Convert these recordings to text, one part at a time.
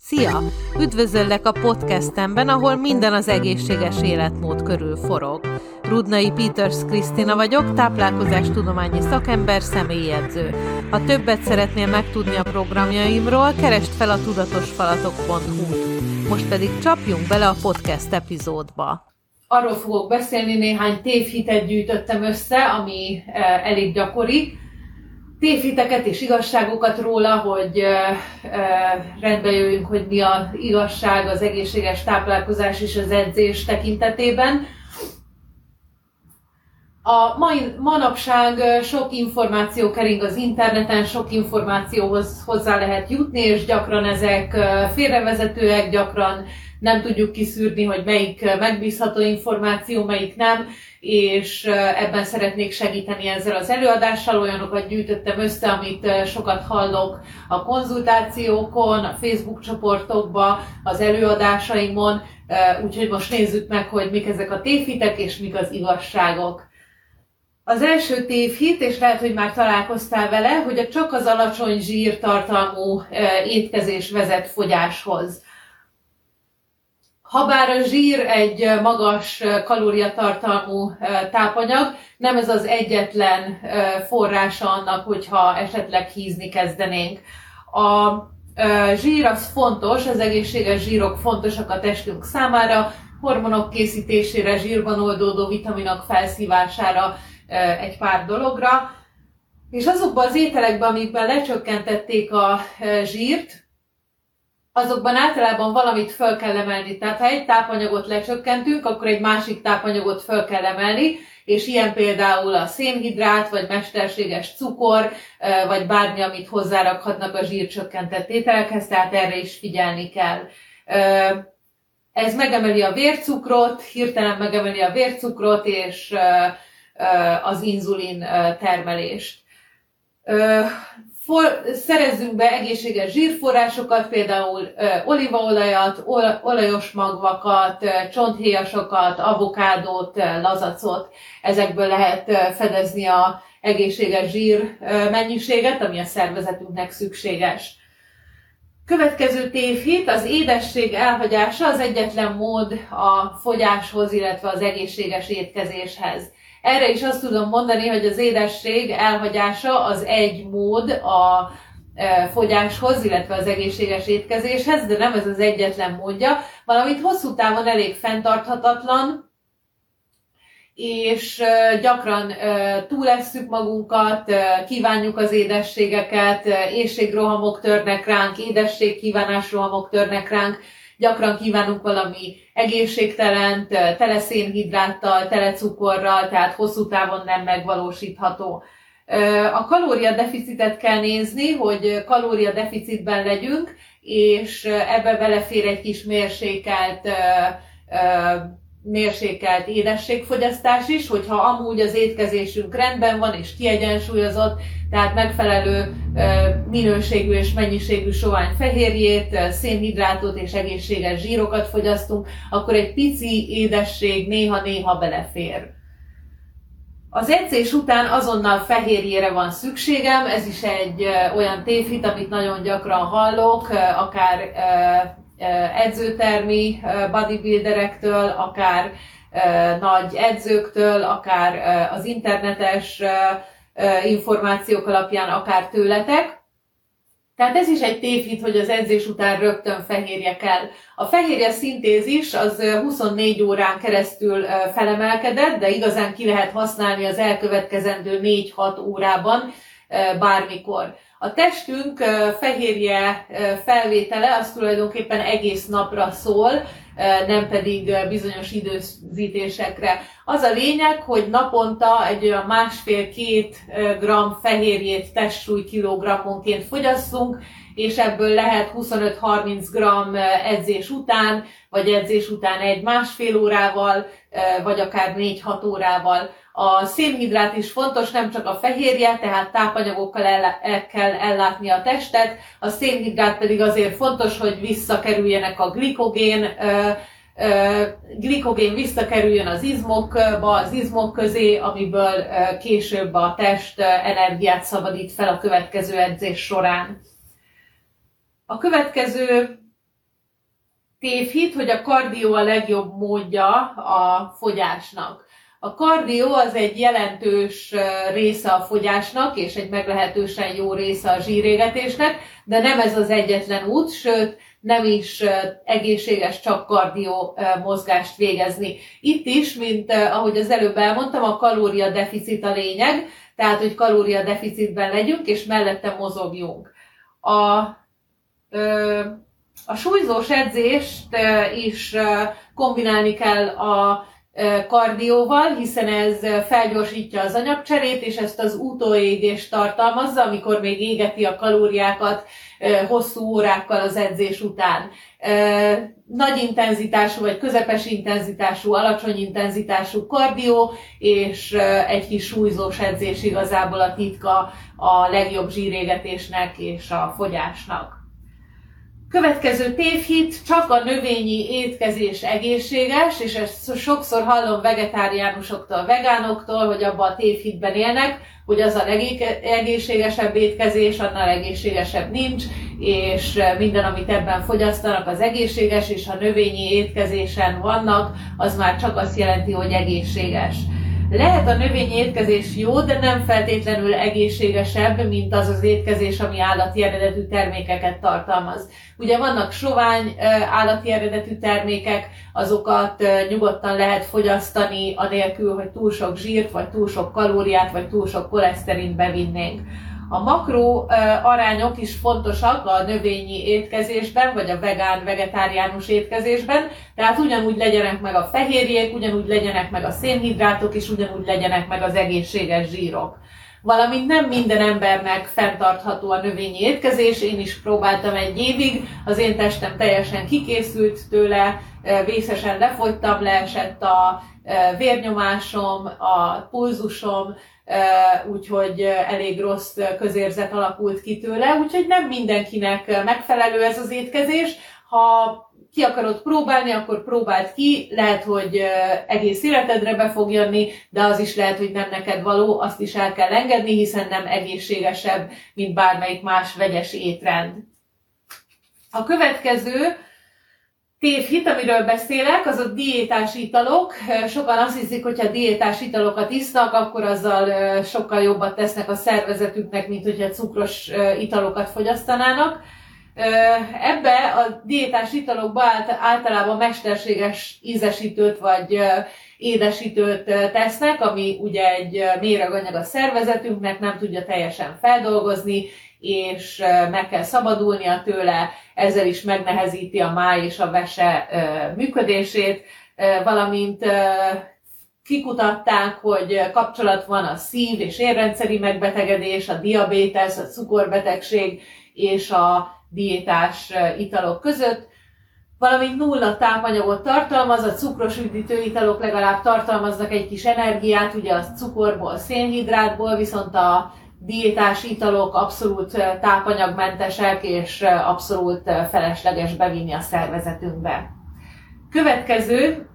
Szia! Üdvözöllek a podcastemben, ahol minden az egészséges életmód körül forog. Rudnai Peters Krisztina vagyok, táplálkozástudományi szakember, személyedző. Ha többet szeretnél megtudni a programjaimról, keresd fel a tudatosfalatok.hu-t. Most pedig csapjunk bele a podcast epizódba. Arról fogok beszélni, néhány tévhitet gyűjtöttem össze, ami elég gyakori. Tévhiteket és igazságokat róla, hogy rendbe jöjjünk, hogy mi az igazság az egészséges táplálkozás és az edzés tekintetében. Manapság sok információ kering az interneten, sok információhoz hozzá lehet jutni, és gyakran ezek félrevezetőek, gyakran nem tudjuk kiszűrni, hogy melyik megbízható információ, melyik nem, és ebben szeretnék segíteni ezzel az előadással. Olyanokat gyűjtöttem össze, amit sokat hallok a konzultációkon, a Facebook csoportokban, az előadásaimon, úgyhogy most nézzük meg, hogy mik ezek a tévhitek és mik az igazságok. Az első tévhit, és lehet, hogy már találkoztál vele, hogy csak az alacsony zsírtartalmú étkezés vezet fogyáshoz. Habár a zsír egy magas kalóriatartalmú tápanyag, nem ez az egyetlen forrása annak, hogyha esetleg hízni kezdenénk. A zsír az fontos, az egészséges zsírok fontosak a testünk számára, hormonok készítésére, zsírban oldódó vitaminok felszívására, egy pár dologra. És azokban az ételekben, amikben lecsökkentették a zsírt, azokban általában valamit föl kell emelni. Tehát ha egy tápanyagot lecsökkentünk, akkor egy másik tápanyagot föl kell emelni, és ilyen például a szénhidrát, vagy mesterséges cukor, vagy bármi, amit hozzárakhatnak a zsírcsökkentett ételekhez, tehát erre is figyelni kell. Ez megemeli a vércukrot, hirtelen megemeli a vércukrot, és az inzulin termelést. Szerezzünk be egészséges zsírforrásokat, például olívaolajat, olajos magvakat, csonthéjasokat, avokádót, lazacot. Ezekből lehet fedezni az egészséges zsír mennyiséget, ami a szervezetünknek szükséges. Következő tévhit, az édesség elhagyása az egyetlen mód a fogyáshoz, illetve az egészséges étkezéshez. Erre is azt tudom mondani, hogy az édesség elhagyása az egy mód a fogyáshoz, illetve az egészséges étkezéshez, de nem ez az egyetlen módja, valamint hosszú távon elég fenntarthatatlan, és gyakran túlesszük magunkat, kívánjuk az édességeket, éhségrohamok törnek ránk, édességkívánásrohamok törnek ránk, gyakran kívánunk valami egészségtelent, tele szénhidráttal, tele cukorral, tehát hosszú távon nem megvalósítható. A kalóriadeficitet kell nézni, hogy kalóriadeficitben legyünk, és ebbe belefér egy kis mérsékelt édességfogyasztás is, hogyha amúgy az étkezésünk rendben van és kiegyensúlyozott, tehát megfelelő minőségű és mennyiségű sovány fehérjét, szénhidrátot és egészséges zsírokat fogyasztunk, akkor egy pici édesség néha-néha belefér. Az edzés után azonnal fehérjére van szükségem, ez is egy olyan tévhit, amit nagyon gyakran hallok, akár edzőtermi bodybuilderektől, akár nagy edzőktől, akár az internetes információk alapján, akár tőletek. Tehát ez is egy tévhit, hogy az edzés után rögtön fehérje kell. A fehérje szintézis az 24 órán keresztül felemelkedett, de igazán ki lehet használni az elkövetkezendő 4-6 órában bármikor. A testünk fehérje felvétele az tulajdonképpen egész napra szól, nem pedig bizonyos időzítésekre. Az a lényeg, hogy naponta egy olyan 1,5-2 g fehérjét testsúly kilogrammonként fogyasszunk, és ebből lehet 25-30 g edzés után, vagy edzés után 1-1,5 órával, vagy akár 4-6 órával. A szénhidrát is fontos, nem csak a fehérje, tehát tápanyagokkal kell ellátni a testet, a szénhidrát pedig azért fontos, hogy visszakerüljenek a glikogén visszakerüljön az izmokba, az izmok közé, amiből később a test energiát szabadít fel a következő edzés során. A következő tévhit, hogy a kardió a legjobb módja a fogyásnak. A kardió az egy jelentős része a fogyásnak, és egy meglehetősen jó része a zsírégetésnek, de nem ez az egyetlen út, sőt, nem is egészséges csak kardió mozgást végezni. Itt is, mint ahogy az előbb elmondtam, a kalóriadeficit a lényeg, tehát, hogy kalóriadeficitben legyünk, és mellette mozogjunk. A súlyzós edzést is kombinálni kell a kardióval, hiszen ez felgyorsítja az anyagcserét, és ezt az utóégést tartalmazza, amikor még égeti a kalóriákat hosszú órákkal az edzés után. Nagy intenzitású vagy közepes intenzitású, alacsony intenzitású kardió, és egy kis súlyzós edzés igazából a titka a legjobb zsírégetésnek és a fogyásnak. Következő tévhit, csak a növényi étkezés egészséges, és ezt sokszor hallom vegetáriánusoktól, vegánoktól, hogy abban a tévhitben élnek, hogy az a legegészségesebb étkezés, annál egészségesebb nincs, és minden, amit ebben fogyasztanak, az egészséges, és ha növényi étkezésen vannak, az már csak azt jelenti, hogy egészséges. Lehet a növényi étkezés jó, de nem feltétlenül egészségesebb, mint az az étkezés, ami állati eredetű termékeket tartalmaz. Ugye vannak sovány állati eredetű termékek, azokat nyugodtan lehet fogyasztani, anélkül, hogy túl sok zsírt, vagy túl sok kalóriát, vagy túl sok koleszterint bevinnénk. A makró arányok is fontosak a növényi étkezésben, vagy a vegán-vegetáriánus étkezésben, tehát ugyanúgy legyenek meg a fehérjék, ugyanúgy legyenek meg a szénhidrátok, és ugyanúgy legyenek meg az egészséges zsírok. Valamint nem minden embernek fenntartható a növényi étkezés, én is próbáltam egy évig, az én testem teljesen kikészült tőle, vészesen lefogytam, leesett a vérnyomásom, a pulzusom, úgyhogy elég rossz közérzet alakult ki tőle, úgyhogy nem mindenkinek megfelelő ez az étkezés. Ha ki akarod próbálni, akkor próbáld ki, lehet, hogy egész életedre be fog jönni, de az is lehet, hogy nem neked való, azt is el kell engedni, hiszen nem egészségesebb, mint bármelyik más vegyes étrend. A következő tévhit, amiről beszélek, az a diétás italok. Sokan azt hiszik, hogy ha diétás italokat isznak, akkor azzal sokkal jobbat tesznek a szervezetüknek, mint hogyha cukros italokat fogyasztanának. Ebbe a diétás italokba általában mesterséges ízesítőt vagy édesítőt tesznek, ami ugye egy méreganyag a szervezetünknek, nem tudja teljesen feldolgozni, és meg kell szabadulnia tőle, ezzel is megnehezíti a máj és a vese működését, valamint kikutatták, hogy kapcsolat van a szív- és érrendszeri megbetegedés, a diabétesz, a cukorbetegség és a diétás italok között, valamint nulla tápanyagot tartalmaz, a cukros üdítő italok legalább tartalmaznak egy kis energiát, ugye a cukorból, szénhidrátból, viszont a diétás italok abszolút tápanyagmentesek, és abszolút felesleges bevinni a szervezetünkbe. Következő,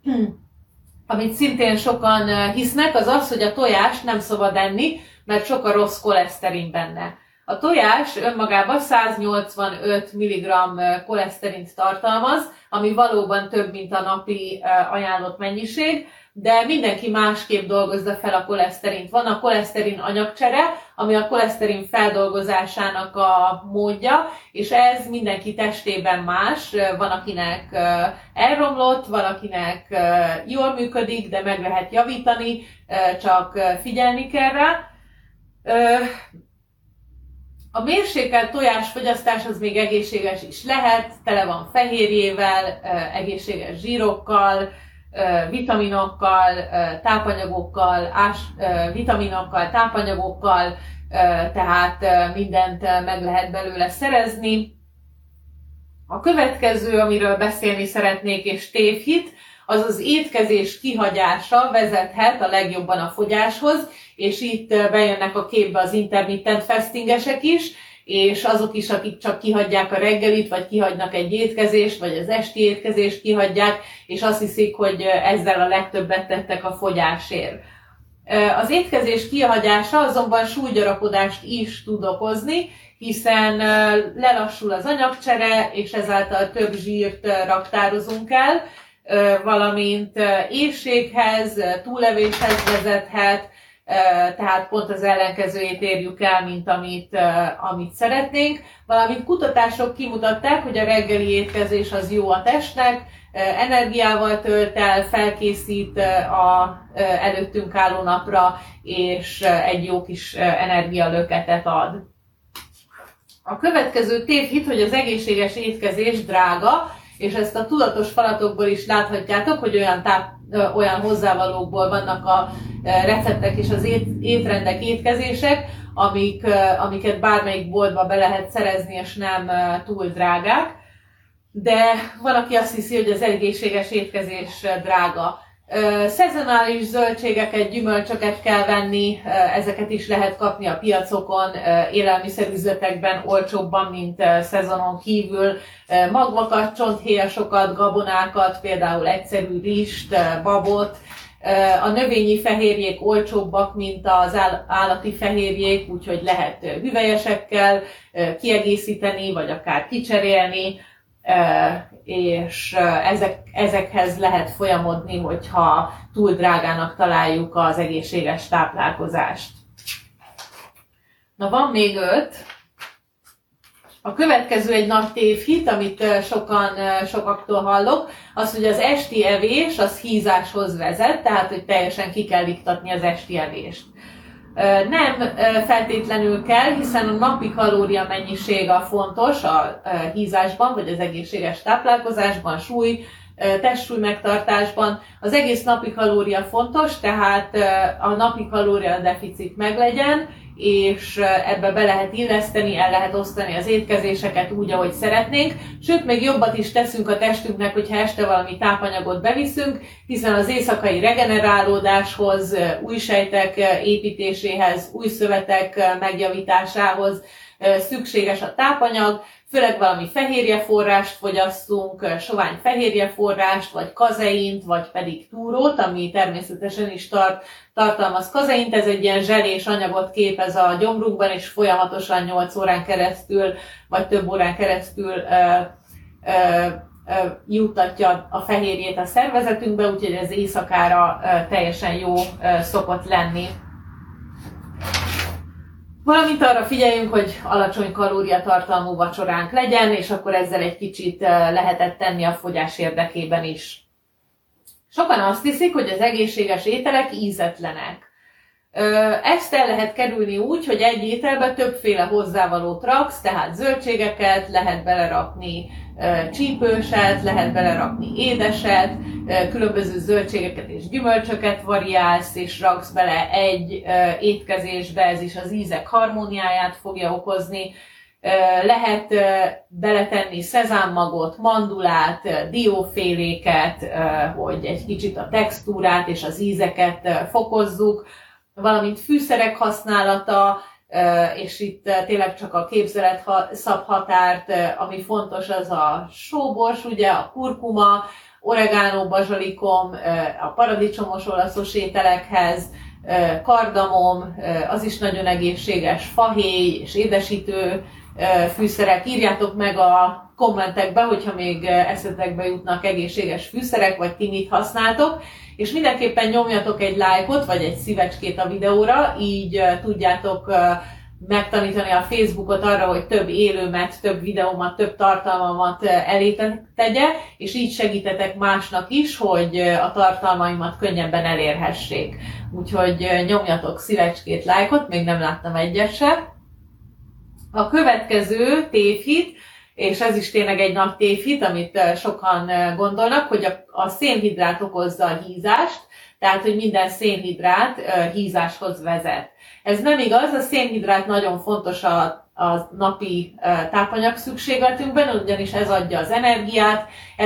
amit szintén sokan hisznek, az az, hogy a tojást nem szabad enni, mert sok a rossz koleszterin benne. A tojás önmagában 185 mg koleszterint tartalmaz, ami valóban több, mint a napi ajánlott mennyiség, de mindenki másképp dolgozza fel a koleszterint. Van a koleszterin anyagcsere, ami a koleszterin feldolgozásának a módja, és ez mindenki testében más. Van, akinek elromlott, van, akinek jól működik, de meg lehet javítani, csak figyelni kell rá. A mérsékelt tojásfogyasztás az még egészséges is lehet, tele van fehérjével, egészséges zsírokkal, vitaminokkal, tápanyagokkal, vitaminokkal, tápanyagokkal, tehát mindent meg lehet belőle szerezni. A következő, amiről beszélni szeretnék, és tévhit, az az étkezés kihagyása vezethet a legjobban a fogyáshoz, és itt bejönnek a képbe az intermittent fastingesek is, és azok is, akik csak kihagyják a reggelit, vagy kihagynak egy étkezést, vagy az esti étkezést kihagyják, és azt hiszik, hogy ezzel a legtöbbet tettek a fogyásért. Az étkezés kihagyása azonban súlygyarapodást is tud okozni, hiszen lelassul az anyagcsere, és ezáltal több zsírt raktározunk el, valamint éhséghez, túllevéshez vezethet, tehát pont az ellenkezőjét érjük el, mint amit szeretnénk. Valamint kutatások kimutatták, hogy a reggeli étkezés az jó a testnek, energiával tölt el, felkészít a előttünk álló napra, és egy jó kis energialöketet ad. A következő tévhit, hogy az egészséges étkezés drága, és ezt a tudatos falatokból is láthatjátok, hogy olyan hozzávalókból vannak a receptek és az étrendek, étkezések, amiket bármelyik boltba be lehet szerezni, és nem túl drágák. De van, aki azt hiszi, hogy az egészséges étkezés drága. Szezonális zöldségeket, gyümölcsöket kell venni, ezeket is lehet kapni a piacokon, élelmiszerüzletekben olcsóbban, mint szezonon kívül. Magvakat, csonthéjasokat, gabonákat, például egyszerű rist, babot. A növényi fehérjék olcsóbbak, mint az állati fehérjék, úgyhogy lehet hüvelyesekkel kiegészíteni, vagy akár kicserélni. És ezekhez lehet folyamodni, hogyha túl drágának találjuk az egészséges táplálkozást. Na, van még 5. A következő egy nagy tévhit, amit sokaktól hallok, az, hogy az esti evés az hízáshoz vezet, tehát hogy teljesen ki kell iktatni az esti evést. Nem feltétlenül kell, hiszen a napi kalória mennyiség a fontos a hízásban, vagy az egészséges táplálkozásban, testsúly megtartásban. Az egész napi kalória fontos, tehát a napi kalória deficit meglegyen, és ebbe be lehet illeszteni, el lehet osztani az étkezéseket úgy, ahogy szeretnénk. Sőt, még jobbat is teszünk a testünknek, hogyha este valami tápanyagot beviszünk, hiszen az éjszakai regenerálódáshoz, új sejtek építéséhez, új szövetek megjavításához szükséges a tápanyag, főleg valami fehérjeforrást fogyasszunk, sovány fehérjeforrást, vagy kazeint, vagy pedig túrót, ami természetesen is tartalmaz kazeint. Ez egy ilyen zselés anyagot képez a gyomrunkban, és folyamatosan 8 órán keresztül, vagy több órán keresztül juttatja a fehérjét a szervezetünkbe, úgyhogy ez éjszakára teljesen jó szokott lenni. Valamint arra figyeljünk, hogy alacsony kalóriatartalmú vacsoránk legyen, és akkor ezzel egy kicsit lehetett tenni a fogyás érdekében is. Sokan azt hiszik, hogy az egészséges ételek ízetlenek. Ezt el lehet kerülni úgy, hogy egy ételbe többféle hozzávalót raksz, tehát zöldségeket, lehet belerakni csípőset, lehet belerakni édeset, különböző zöldségeket és gyümölcsöket variálsz, és raksz bele egy étkezésbe, ez is az ízek harmóniáját fogja okozni. Lehet beletenni szezámmagot, mandulát, dióféléket, hogy egy kicsit a textúrát és az ízeket fokozzuk, valamint fűszerek használata, és itt tényleg csak a képzelet szab határt, ami fontos, az a sóbors, ugye, a kurkuma, oregano, bazsalikom, a paradicsomos olaszos ételekhez, kardamom, az is nagyon egészséges, fahéj és édesítő fűszerek. Írjátok meg a kommentekbe, hogyha még eszetekbe jutnak egészséges fűszerek, vagy ti mit használtok, és mindenképpen nyomjatok egy lájkot, vagy egy szívecskét a videóra, így tudjátok megtanítani a Facebookot arra, hogy több élőmet, több videómat, több tartalmamat elé tegye, és így segítetek másnak is, hogy a tartalmaimat könnyebben elérhessék. Úgyhogy nyomjatok szívecskét, lájkot, még nem láttam egyet se. A következő tévhit, és ez is tényleg egy nagy tévhit, amit sokan gondolnak, hogy a szénhidrát okozza a hízást, tehát hogy minden szénhidrát hízáshoz vezet. Ez nem igaz, a szénhidrát nagyon fontos a napi tápanyag szükségletünkben, ugyanis ez adja az energiát,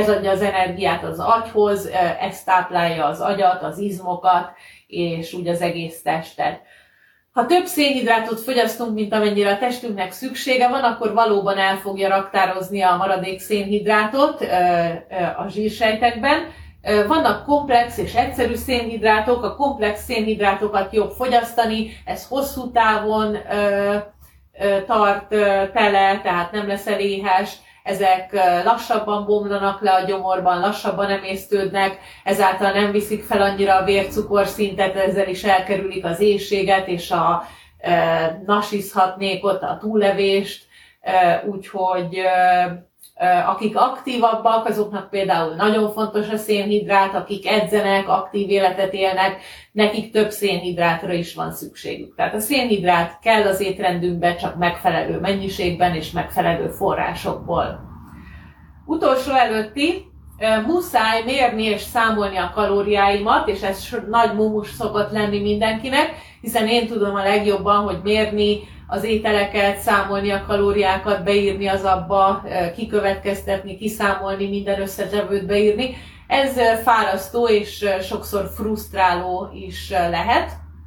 az agyhoz, ez táplálja az agyat, az izmokat, és úgy az egész testet. Ha több szénhidrátot fogyasztunk, mint amennyire a testünknek szüksége van, akkor valóban el fogja raktározni a maradék szénhidrátot a zsírsejtekben. Vannak komplex és egyszerű szénhidrátok, a komplex szénhidrátokat jobb fogyasztani, ez hosszú távon tart tele, tehát nem leszel éhes, ezek lassabban bomlanak le a gyomorban, lassabban emésztődnek, ezáltal nem viszik fel annyira a vércukorszintet, ezzel is elkerülik az éhséget és a nasizhatnékot, a túllevést, úgyhogy akik aktívabbak, azoknak például nagyon fontos a szénhidrát, akik edzenek, aktív életet élnek, nekik több szénhidrátra is van szükségük. Tehát a szénhidrát kell az étrendünkbe, csak megfelelő mennyiségben és megfelelő forrásokból. Utolsó előtti, muszáj mérni és számolni a kalóriáimat, és ez nagy mumus szokott lenni mindenkinek, hiszen én tudom a legjobban, hogy mérni az ételeket, számolni a kalóriákat, beírni az abba, kikövetkeztetni, kiszámolni, minden összetevőt beírni. Ez fárasztó és sokszor frusztráló is lehet,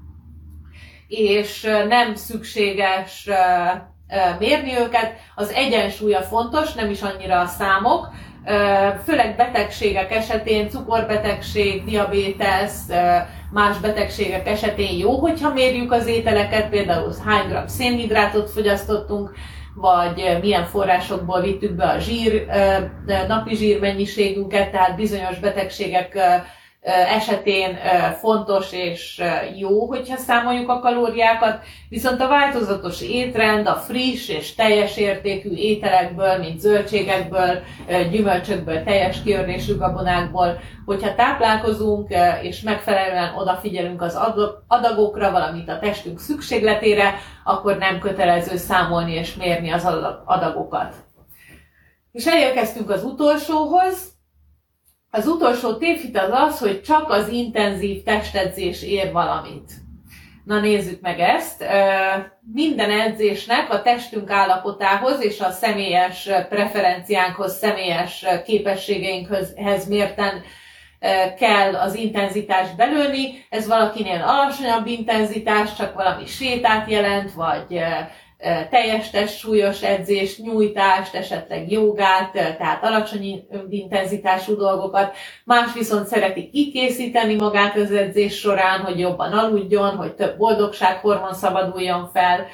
és nem szükséges mérni őket. Az egyensúly a fontos, nem is annyira a számok. Főleg betegségek esetén, cukorbetegség, diabétesz, más betegségek esetén jó, hogyha mérjük az ételeket, például hány gramm szénhidrátot fogyasztottunk, vagy milyen forrásokból vittük be a napi zsírmennyiségünket, tehát bizonyos betegségek esetén fontos és jó, hogyha számoljuk a kalóriákat, viszont a változatos étrend, a friss és teljes értékű ételekből, mint zöldségekből, gyümölcsökből, teljes kiörlésű gabonákból, hogyha táplálkozunk és megfelelően odafigyelünk az adagokra, valamint a testünk szükségletére, akkor nem kötelező számolni és mérni az adagokat. És elérkeztünk az utolsóhoz. Az utolsó tévhit az az, hogy csak az intenzív testedzés ér valamit. Na nézzük meg ezt. Minden edzésnek a testünk állapotához és a személyes preferenciánkhoz, személyes képességeinkhez mérten kell az intenzitást belőni. Ez valakinél alacsonyabb intenzitás, csak valami sétát jelent, vagy teljes testsúlyos edzést, nyújtást, esetleg jogát, tehát alacsony intenzitású dolgokat. Más viszont szereti kikészíteni magát az edzés során, hogy jobban aludjon, hogy több boldogsághormon szabaduljon fel.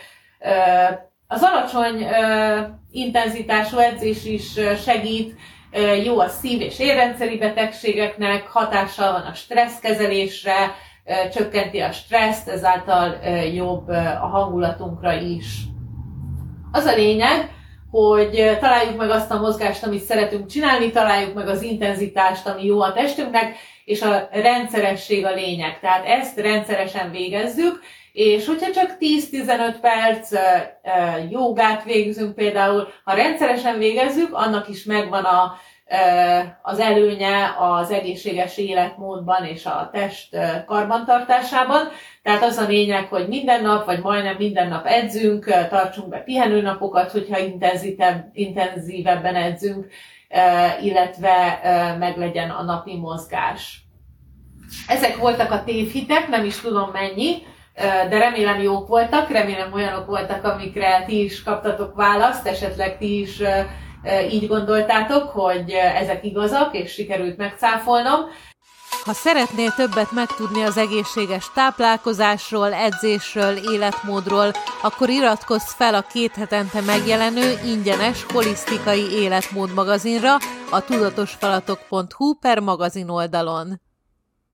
Az alacsony intenzitású edzés is segít, jó a szív- és érrendszeri betegségeknek, hatással van a stresszkezelésre, csökkenti a stresszt, ezáltal jobb a hangulatunkra is. Az a lényeg, hogy találjuk meg azt a mozgást, amit szeretünk csinálni, találjuk meg az intenzitást, ami jó a testünknek, és a rendszeresség a lényeg. Tehát ezt rendszeresen végezzük, és hogyha csak 10-15 perc jogát végzünk például, ha rendszeresen végezzük, annak is megvan az előnye az egészséges életmódban és a test karbantartásában. Tehát az a lényeg, hogy minden nap, vagy majdnem minden nap edzünk, tartsunk be pihenőnapokat, hogyha intenzívebben edzünk, illetve meglegyen a napi mozgás. Ezek voltak a tévhitek, nem is tudom mennyi, de remélem jók voltak, remélem olyanok voltak, amikre ti is kaptatok választ, esetleg ti is így gondoltátok, hogy ezek igazak, és sikerült megcáfolnom. Ha szeretnél többet megtudni az egészséges táplálkozásról, edzésről, életmódról, akkor iratkozz fel a 2 hetente megjelenő ingyenes holisztikai életmód magazinra a tudatosfalatok.hu/magazin oldalon.